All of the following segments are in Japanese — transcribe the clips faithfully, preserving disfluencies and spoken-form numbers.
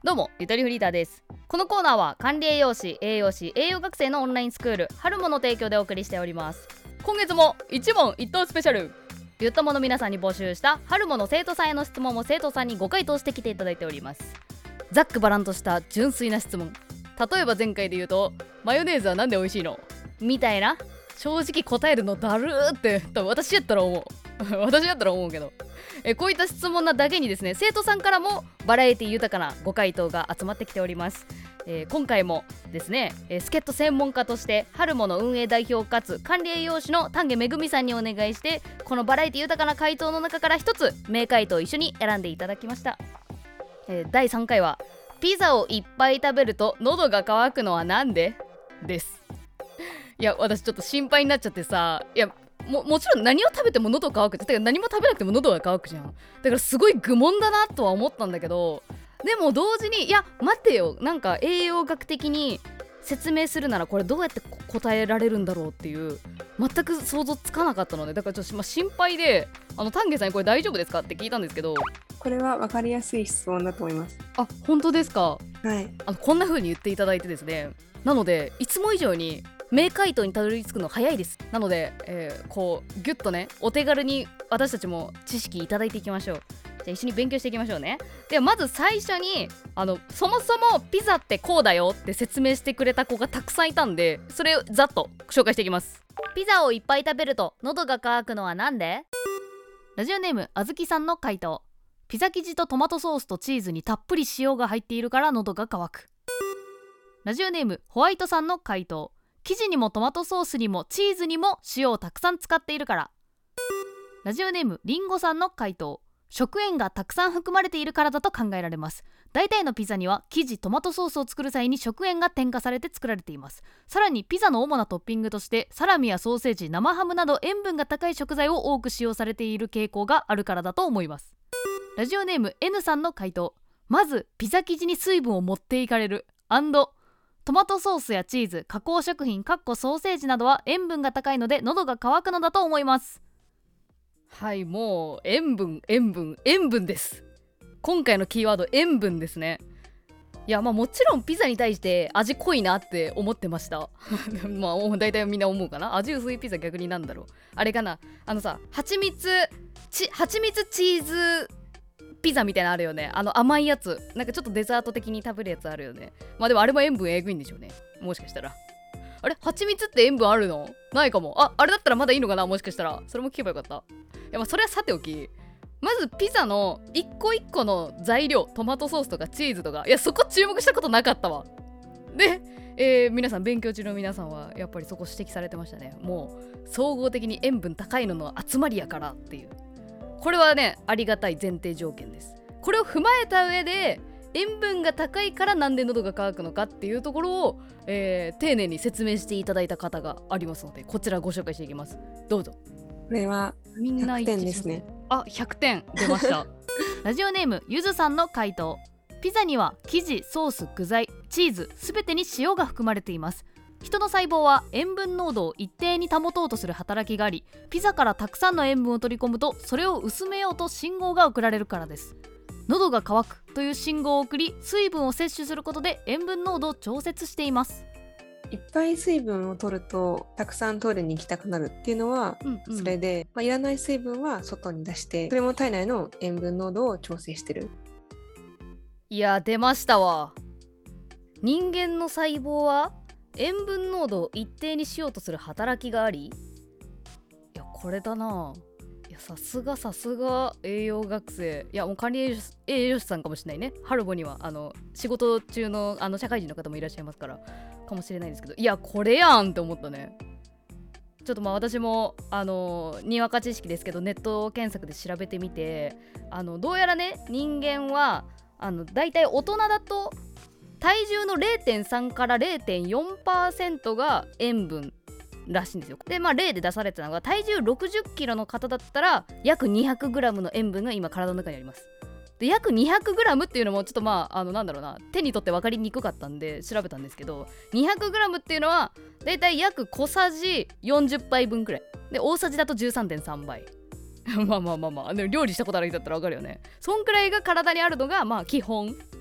どうもゆとりフリーターです。このコーナーは管理栄養士、栄養士、栄養学生のオンラインスクール春もの提供でお送りしております。今月も一問一答スペシャル。ゆっともの皆さんに募集した春もの生徒さんへの質問も生徒さんにご回答してきていただいております。ざっくばらんとした純粋な質問、例えば前回で言うとマヨネーズはなんで美味しいのみたいな、正直答えるのだるーって多分私やったら思う私やったら思うけど、えこういった質問なだけにですね、生徒さんからもバラエティ豊かなご回答が集まってきております。えー、今回もですね、えー、助っ人専門家として春もの運営代表かつ管理栄養士の丹下めぐみさんにお願いして、このバラエティ豊かな回答の中から一つ名回答を一緒に選んでいただきました。えー、だいさんかいはピザをいっぱい食べると喉が渇くのはなんでです。いや私ちょっと心配になっちゃってさ、いや も, もちろん何を食べても喉乾くって、何も食べなくても喉が乾くじゃん。だからすごい愚問だなとは思ったんだけど、でも同時にいや待てよ、なんか栄養学的に説明するならこれどうやって答えられるんだろうっていう全く想像つかなかったので、だからちょっと、まあ、心配で、あの丹下さんにこれ大丈夫ですかって聞いたんですけど。 これは分かりやすい質問だと思います。 あ、本当ですか。 はい。 あのこんな風に言っていただいてですね、なのでいつも以上に名回答にたどり着くの早いです。なので、えー、こうギュッとね、お手軽に私たちも知識いただいていきましょう。じゃあ一緒に勉強していきましょうね。ではまず最初にあのそもそもピザってこうだよって説明してくれた子がたくさんいたんで、それをざっと紹介していきます。ピザをいっぱい食べると喉が渇くのはなんで？ラジオネームあずきさんの回答。ピザ生地とトマトソースとチーズにたっぷり塩が入っているから喉が渇く。ラジオネームホワイトさんの回答。生地にもトマトソースにもチーズにも塩をたくさん使っているから。ラジオネームりんごさんの回答。食塩がたくさん含まれているからだと考えられます。大体のピザには生地、トマトソースを作る際に食塩が添加されて作られています。さらにピザの主なトッピングとしてサラミやソーセージ、生ハムなど塩分が高い食材を多く使用されている傾向があるからだと思います。ラジオネーム N さんの回答。まずピザ生地に水分を持っていかれるトマトソースやチーズ、加工食品、かっこソーセージなどは塩分が高いので喉が渇くのだと思います。はい、もう塩分塩分塩分です。今回のキーワード塩分ですね。いやまあもちろんピザに対して味濃いなって思ってましたまあ大体みんな思うかな。味薄いピザ逆になんだろう、あれかな、あのさ、蜂蜜ち蜂蜜チーズピザみたいなのあるよね。あの甘いやつ、なんかちょっとデザート的に食べるやつあるよね。まあでもあれも塩分えぐいんでしょうね、もしかしたら。あれ、蜂蜜って塩分あるの？ないかも。あ、あれだったらまだいいのかな、もしかしたら。それも聞けばよかった。いやまあそれはさておき、まずピザの一個一個の材料、トマトソースとかチーズとか、いやそこ注目したことなかったわ。で、えー、皆さん勉強中の皆さんはやっぱりそこ指摘されてましたね。もう総合的に塩分高いのの集まりやからっていう、これはねありがたい前提条件です。これを踏まえた上で塩分が高いからなんで喉が渇くのかっていうところを、えー、丁寧に説明していただいた方がありますので、こちらご紹介していきます。どうぞ。 これはみんなひゃくてんですね。 あ、ひゃくてん出ましたラジオネームゆずさんの回答。ピザには生地、ソース、具材、チーズすべてに塩が含まれています。人の細胞は塩分濃度を一定に保とうとする働きがあり、ピザからたくさんの塩分を取り込むとそれを薄めようと信号が送られるからです。喉が渇くという信号を送り、水分を摂取することで塩分濃度を調節しています。 いっぱい水分を取るとたくさんトイレに行きたくなるっていうのは、うんうん、それで、まあ、いらない水分は外に出して、それも体内の塩分濃度を調整してる。 いや出ましたわ。人間の細胞は塩分濃度を一定にしようとする働きがあり、いやこれだな。いやさすがさすが栄養学生。いやもう管理栄養士、栄養士さんかもしれないね。春子にはあの仕事中のあの社会人の方もいらっしゃいますからかもしれないですけど、いやこれやんって思ったね。ちょっとまあ私もあのにわか知識ですけどネット検索で調べてみて、あのどうやらね人間はあのだいたい大人だと体重の れいてんさん から れいてんよんパーセント が塩分らしいんですよ。でまあ例で出されてたのが体重ろくじゅっキロの方だったら約 にひゃくグラム の塩分が今体の中にあります。で約 にひゃくグラム っていうのもちょっとまああのなんだろうな、手に取って分かりにくかったんで調べたんですけど、 にひゃくグラム っていうのはだいたい約小さじよんじゅっぱいぶんくらいで、大さじだと じゅうさんてんさんばいまあまあまあまあ、でも料理したことある人だったら分かるよね。そんくらいが体にあるのがまあ基本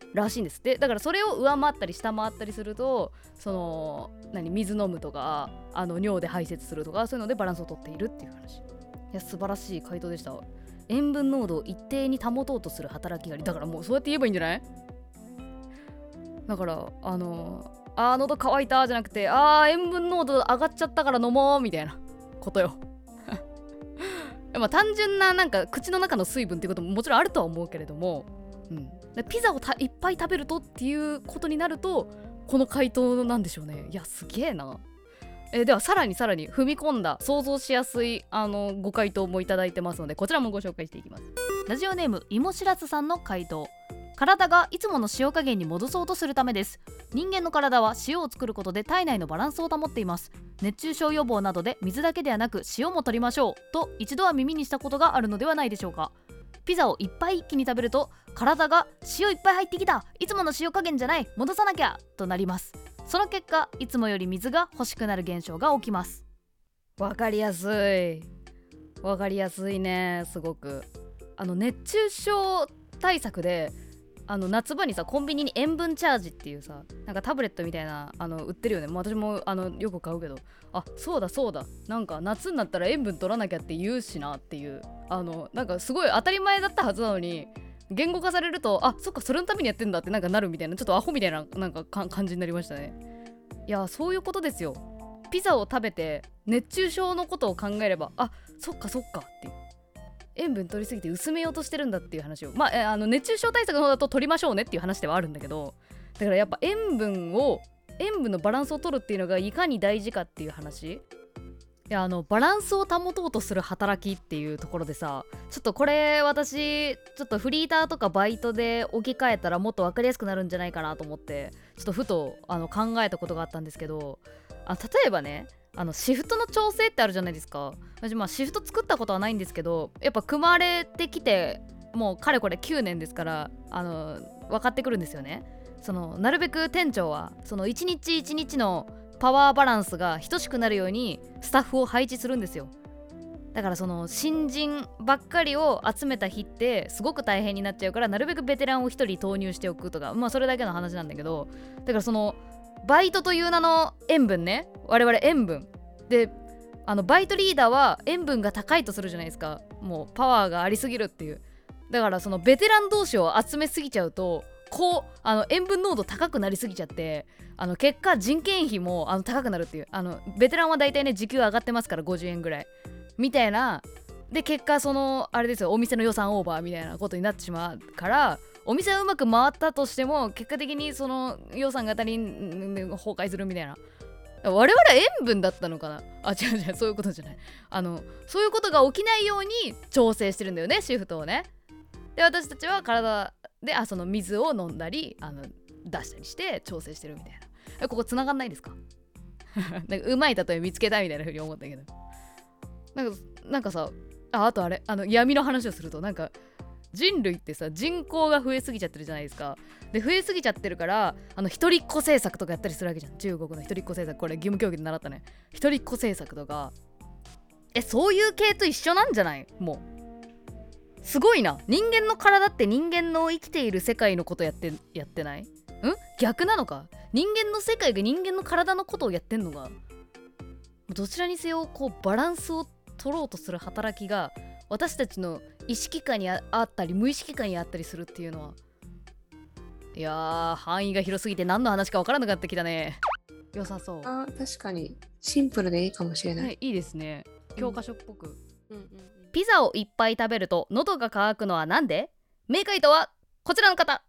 らしいんですって。だからそれを上回ったり下回ったりすると、その何水飲むとかあの尿で排泄するとかそういうのでバランスをとっているっていう話。いや素晴らしい回答でした。塩分濃度を一定に保とうとする働きがあり。だからもうそうやって言えばいいんじゃない？だからあのあー喉乾いたじゃなくて、あー塩分濃度上がっちゃったから飲もうみたいなことよ。まあ単純ななんか口の中の水分っていうことももちろんあるとは思うけれども、うん、でピザをたいっぱい食べるとっていうことになるとこの回答なんでしょうね。いやすげえな。えー、ではさらにさらに踏み込んだ想像しやすいあのご回答もいただいてますので、こちらもご紹介していきます。ラジオネームいもしらずさんの回答。体がいつもの塩加減に戻そうとするためです。人間の体は塩を作ることで体内のバランスを保っています。熱中症予防などで水だけではなく塩も取りましょうと一度は耳にしたことがあるのではないでしょうか。ピザをいっぱい一気に食べると体が塩いっぱい入ってきた、いつもの塩加減じゃない、戻さなきゃとなります。その結果いつもより水が欲しくなる現象が起きます。わかりやすいわかりやすいね。すごくあの熱中症対策であの夏場にさコンビニに塩分チャージっていうさなんかタブレットみたいなあの売ってるよね。もう私もあのよく買うけど、あそうだそうだ、なんか夏になったら塩分取らなきゃって言うしなっていう、あのなんかすごい当たり前だったはずなのに言語化されると、あそっかそれのためにやってんだってなんかなるみたいな、ちょっとアホみたいななんかか感じになりましたね。いやそういうことですよ。ピザを食べて熱中症のことを考えれば、あそっかそっかっていう、塩分取りすぎて薄めようとしてるんだっていう話を、まあ、あの熱中症対策の方だと取りましょうねっていう話ではあるんだけど、だからやっぱ塩分を塩分のバランスを取るっていうのがいかに大事かっていう話。いやあのバランスを保とうとする働きっていうところでさ、ちょっとこれ私ちょっとフリーターとかバイトで置き換えたらもっと分かりやすくなるんじゃないかなと思ってちょっとふとあの考えたことがあったんですけど、あ例えばねあのシフトの調整ってあるじゃないですか。私まあシフト作ったことはないんですけど、やっぱ組まれてきてもうかれこれきゅうねんですからあの分かってくるんですよね。そのなるべく店長はその一日一日のパワーバランスが等しくなるようにスタッフを配置するんですよ。だからその新人ばっかりを集めた日ってすごく大変になっちゃうから、なるべくベテランをひとり投入しておくとか、まあそれだけの話なんだけど、だからそのバイトという名の塩分ね、我々塩分であのバイトリーダーは塩分が高いとするじゃないですか。もうパワーがありすぎるっていう。だからそのベテラン同士を集めすぎちゃうとこうあの塩分濃度高くなりすぎちゃって、あの結果人件費もあの高くなるっていう、あのベテランは大体ね時給上がってますからごじゅうえんぐらいみたいな。で結果そのあれですよ、お店の予算オーバーみたいなことになってしまうから、お店はうまく回ったとしても結果的にその予算が足りん崩壊するみたいな。我々は塩分だったのかなあ、違う違う、そういうことじゃない。あのそういうことが起きないように調整してるんだよね、シフトをね。で私たちは体であその水を飲んだりあの出したりして調整してるみたいな。ここ繋がんないですか？なんかうまい例え見つけたみたいな風に思ったけど、なんかなんかさ、ああとあれあの闇の話をすると、なんか人類ってさ人口が増えすぎちゃってるじゃないですか。で増えすぎちゃってるからあの一人っ子政策とかやったりするわけじゃん。中国の一人っ子政策、これ義務教育で習ったね。一人っ子政策とかえそういう系と一緒なんじゃない？もうすごいな。人間の体って人間の生きている世界のことやってやってない？ん逆なのか。人間の世界が人間の体のことをやってんのが、どちらにせよこうバランスを取ろうとする働きが私たちの意識下にあったり無意識下にあったりするっていうのは、いやー範囲が広すぎて何の話か分からなくなってきたね。良さそう。 あ確かにシンプルでいいかもしれない、 はい、いいですね。教科書っぽく、 うんうんうん、 ピザをいっぱい食べると喉が渇くのはなんで？明回答はこちらの方。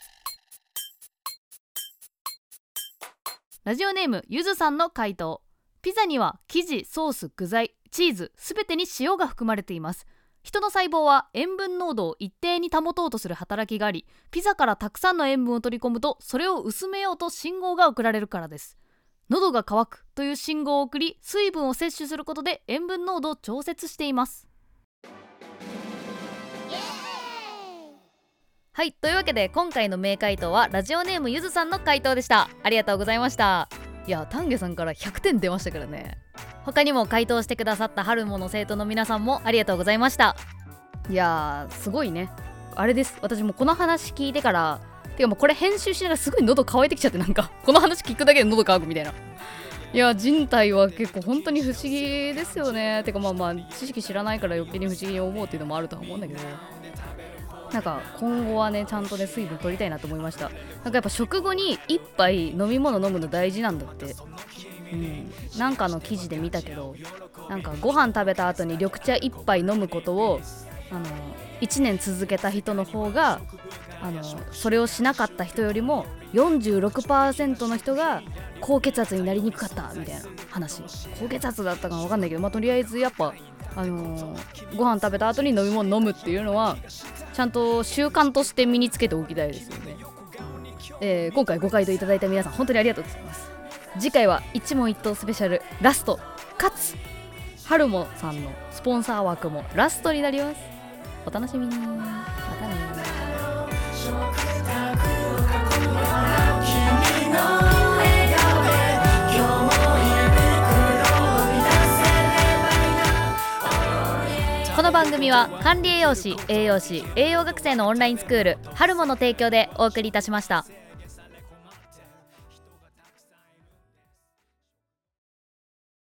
ラジオネームゆずさんの回答。ピザには生地、ソース、具材、チーズすべてに塩が含まれています。人の細胞は塩分濃度を一定に保とうとする働きがあり、ピザからたくさんの塩分を取り込むとそれを薄めようと信号が送られるからです。喉が渇くという信号を送り、水分を摂取することで塩分濃度を調節しています。はい、というわけで今回の名回答はラジオネームゆずさんの回答でした。ありがとうございました。いや丹下さんからひゃくてん出ましたからね。他にも回答してくださった春もの生徒の皆さんもありがとうございました。いやーすごいね。あれです、私もこの話聞いてからてかもうこれ編集しながらすごい喉乾いてきちゃって、なんかこの話聞くだけで喉乾くみたいな。いや人体は結構本当に不思議ですよね。てかまあまあ知識知らないから余計に不思議に思うっていうのもあるとは思うんだけど、なんか今後はねちゃんとね水分取りたいなと思いました。なんかやっぱ食後に一杯飲み物飲むの大事なんだって。うん、なんかの記事で見たけど、なんかご飯食べた後に緑茶一杯飲むことをあのいちねん続けた人の方があのそれをしなかった人よりも よんじゅうろくパーセント の人が高血圧になりにくかったみたいな話。高血圧だったかわかんないけど、まあ、とりあえずやっぱ、あのー、ご飯食べた後に飲み物飲むっていうのはちゃんと習慣として身につけておきたいですよね。えー、今回ご回答いただいた皆さん本当にありがとうございます。次回は一問一答スペシャルラストかつ春もさんのスポンサー枠もラストになります。お楽しみに。またね。この番組は管理栄養士、栄養士、栄養学生のオンラインスクール春もの提供でお送りいたしました。